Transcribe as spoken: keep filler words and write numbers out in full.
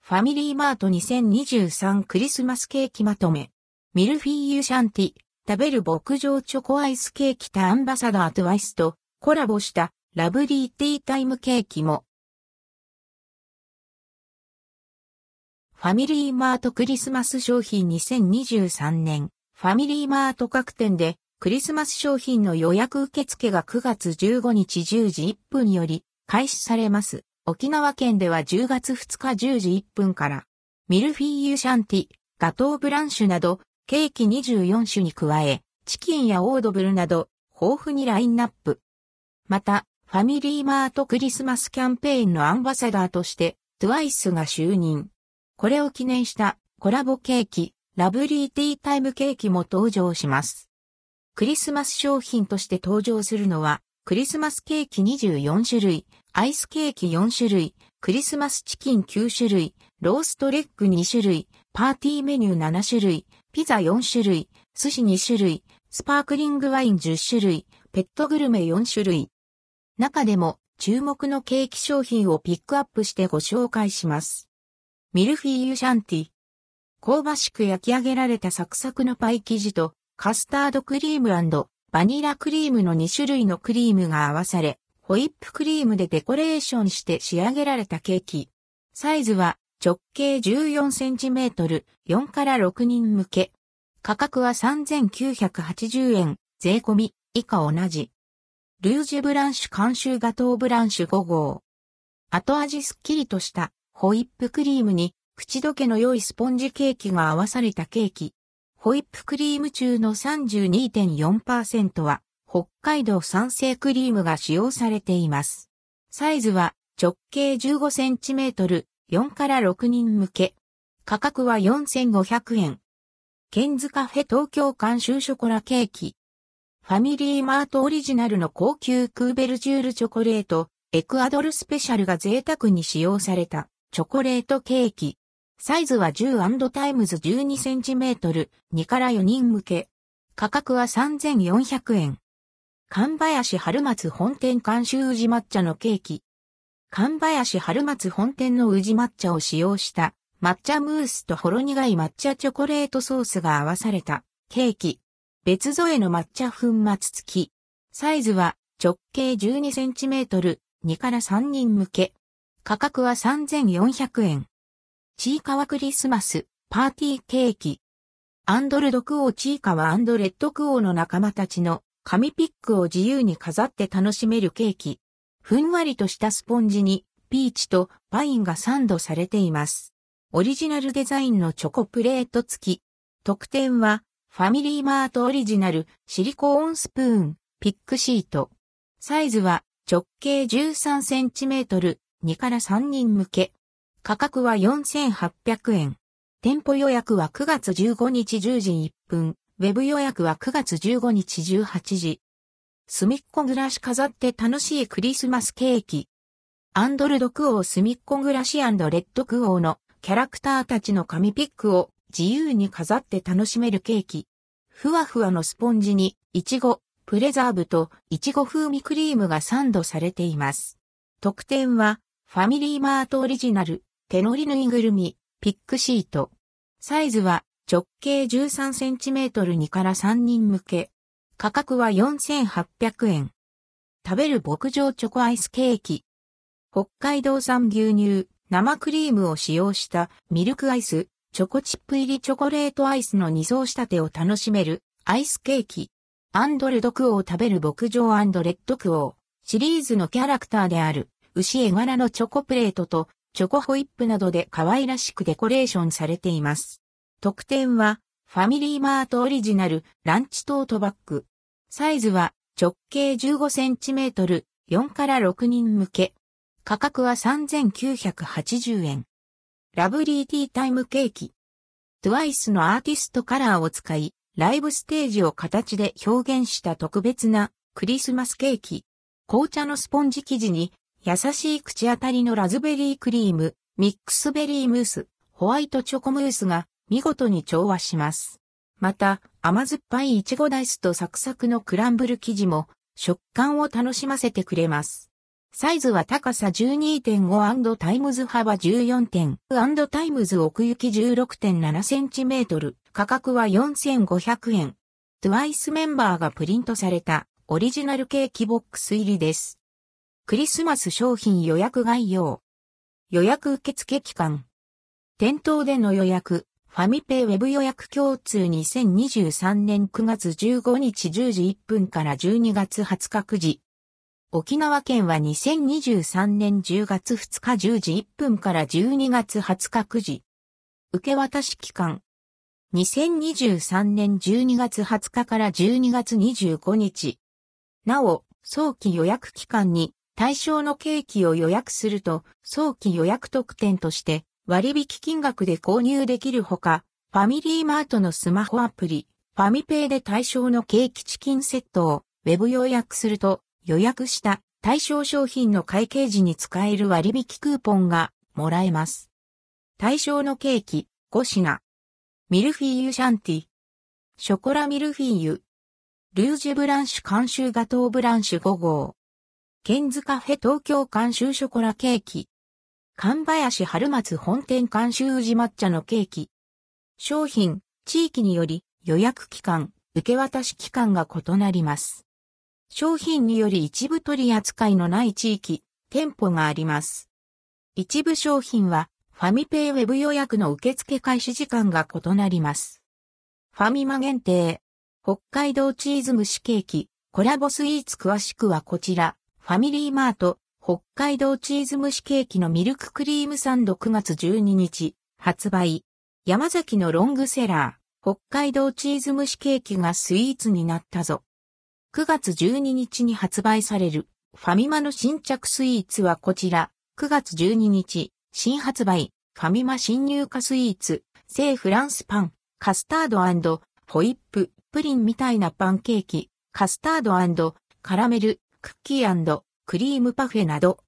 ファミリーマートにせんにじゅうさんクリスマスケーキまとめ。ミルフィーユシャンティ、食べる牧場チョコアイスケーキタアンバサダートワイスとコラボしたラブリーティータイムケーキも。ファミリーマートクリスマス商品にせんにじゅうさんねん。ファミリーマート各店でクリスマス商品の予約受付がくがつじゅうごにちじゅうじいっぷんより開始されます。沖縄県ではじゅうがつふつかじゅうじいっぷんから、ミルフィーユシャンティ、ガトーブランシュなど、ケーキにじゅうよんしゅに加え、チキンやオードブルなど、豊富にラインナップ。また、ファミリーマートクリスマスキャンペーンのアンバサダーとして、トゥワイスが就任。これを記念したコラボケーキ、ラブリーティータイムケーキも登場します。クリスマス商品として登場するのは、クリスマスケーキにじゅうよんしゅるい、アイスケーキよんしゅるい、クリスマスチキンきゅうしゅるい、ローストレッグにしゅるい、パーティーメニューななしゅるい、ピザよんしゅるい、寿司にしゅるい、スパークリングワインじゅっしゅるい、ペットグルメよんしゅるい。中でも注目のケーキ商品をピックアップしてご紹介します。ミルフィーユシャンティ。香ばしく焼き上げられたサクサクのパイ生地とカスタードクリーム&バニラクリームのにしゅるいのクリームが合わされ、ホイップクリームでデコレーションして仕上げられたケーキ。サイズは直径じゅうよんセンチメートル、よんからろくにん向け。価格はさんぜんきゅうひゃくはちじゅうえん、税込み、以下同じ。ルージュブランシュ監修ガトーブランシュご号。後味すっきりとしたホイップクリームに口どけの良いスポンジケーキが合わされたケーキ。ホイップクリーム中の さんじゅうにてんよんパーセント は北海道産生クリームが使用されています。サイズは直径じゅうごセンチメートル、よんからろくにん向け。価格はよんせんごひゃくえん。ケンズカフェ東京監修ショコラケーキ。ファミリーマートオリジナルの高級クーベルジュールチョコレート、エクアドルスペシャルが贅沢に使用されたチョコレートケーキ。サイズはじゅうタイムズじゅうにセンチメートル、にからよにん向け。価格はさんぜんよんひゃくえん。神林春松本店監修宇治抹茶のケーキ。神林春松本店の宇治抹茶を使用した抹茶ムースとほろ苦い抹茶チョコレートソースが合わされたケーキ。別添えの抹茶粉末付き。サイズは直径じゅうにセンチメートル、にからさんにん向け。価格はさんぜんよんひゃくえん。ちいかわクリスマスパーティーケーキ。アンドルドクオーちいかわ&レッドクオーの仲間たちの紙ピックを自由に飾って楽しめるケーキ。ふんわりとしたスポンジにピーチとパインがサンドされています。オリジナルデザインのチョコプレート付き。特典はファミリーマートオリジナルシリコーンスプーン、ピックシート。サイズは直径じゅうさんセンチメートル、にからさんにん向け。価格はよんせんはっぴゃくえん。店舗予約はくがつじゅうごにちじゅうじいっぷん。ウェブ予約はくがつじゅうごにちじゅうはちじ。隅っこ暮らし飾って楽しいクリスマスケーキ。アンドルドクオー隅っこ暮らし&レッドクオーのキャラクターたちの紙ピックを自由に飾って楽しめるケーキ。ふわふわのスポンジにイチゴ、プレザーブとイチゴ風味クリームがサンドされています。特典はファミリーマートオリジナル手乗りぬいぐるみピックシート。サイズは直径じゅうさんセンチメートルにからさんにん向け。価格はよんせんはっぴゃくえん。食べる牧場チョコアイスケーキ。北海道産牛乳、生クリームを使用したミルクアイス、チョコチップ入りチョコレートアイスのに層仕立てを楽しめるアイスケーキ。アンドルドクオー食べる牧場&レッドクオーシリーズのキャラクターである牛絵柄のチョコプレートとチョコホイップなどで可愛らしくデコレーションされています。特典はファミリーマートオリジナルランチトートバッグ。サイズは直径じゅうごセンチメートル、よんからろくにん向け。価格はさんぜんきゅうひゃくはちじゅうえん。ラブリーティータイムケーキ。トゥワイスのアーティストカラーを使い、ライブステージを形で表現した特別なクリスマスケーキ。紅茶のスポンジ生地に優しい口当たりのラズベリークリーム、ミックスベリームース、ホワイトチョコムースが見事に調和します。また、甘酸っぱいイチゴダイスとサクサクのクランブル生地も食感を楽しませてくれます。 サイズは高さ じゅうにてんご タイムズ幅じゅうよんてんご タイムズ奥行き じゅうろくてんななセンチメートル。価格はよんせんごひゃくえん。トゥワイス メンバーがプリントされたオリジナルケーキボックス入りです。クリスマス商品予約概要。予約受付期間。店頭での予約。ファミペイウェブ予約共通にせんにじゅうさんねんくがつじゅうごにちじゅうじいっぷんからじゅうにがつはつかくじ。沖縄県はにせんにじゅうさんねんじゅうがつふつかじゅうじいっぷんからじゅうにがつはつかくじ。受け渡し期間。にせんにじゅうさんねんじゅうにがつはつかからじゅうにがつにじゅうごにち。なお、早期予約期間に対象のケーキを予約すると、早期予約特典として割引金額で購入できるほか、ファミリーマートのスマホアプリ、ファミペイで対象のケーキチキンセットをウェブ予約すると、予約した対象商品の会計時に使える割引クーポンがもらえます。対象のケーキごしな。ミルフィーユシャンティ。ショコラミルフィーユ。ルージュブランシュ監修ガトーブランシュごごう。ケンズカフェ東京監修ショコラケーキ。神林春松本店監修宇治抹茶のケーキ。商品、地域により予約期間、受け渡し期間が異なります。商品により一部取り扱いのない地域、店舗があります。一部商品はファミペイウェブ予約の受付開始時間が異なります。ファミマ限定、北海道チーズ蒸しケーキ、コラボスイーツ詳しくはこちら、ファミリーマート、北海道チーズ蒸しケーキのミルククリームサンドくがつじゅうににち、発売。山崎のロングセラー、北海道チーズ蒸しケーキがスイーツになったぞ。くがつじゅうににちに発売されるファミマの新着スイーツはこちら。くがつじゅうににち、新発売、ファミマ新入荷スイーツ、聖フランスパン、カスタード&ホイップ、プリンみたいなパンケーキ、カスタード&カラメル、クッキー&クリームパフェなど。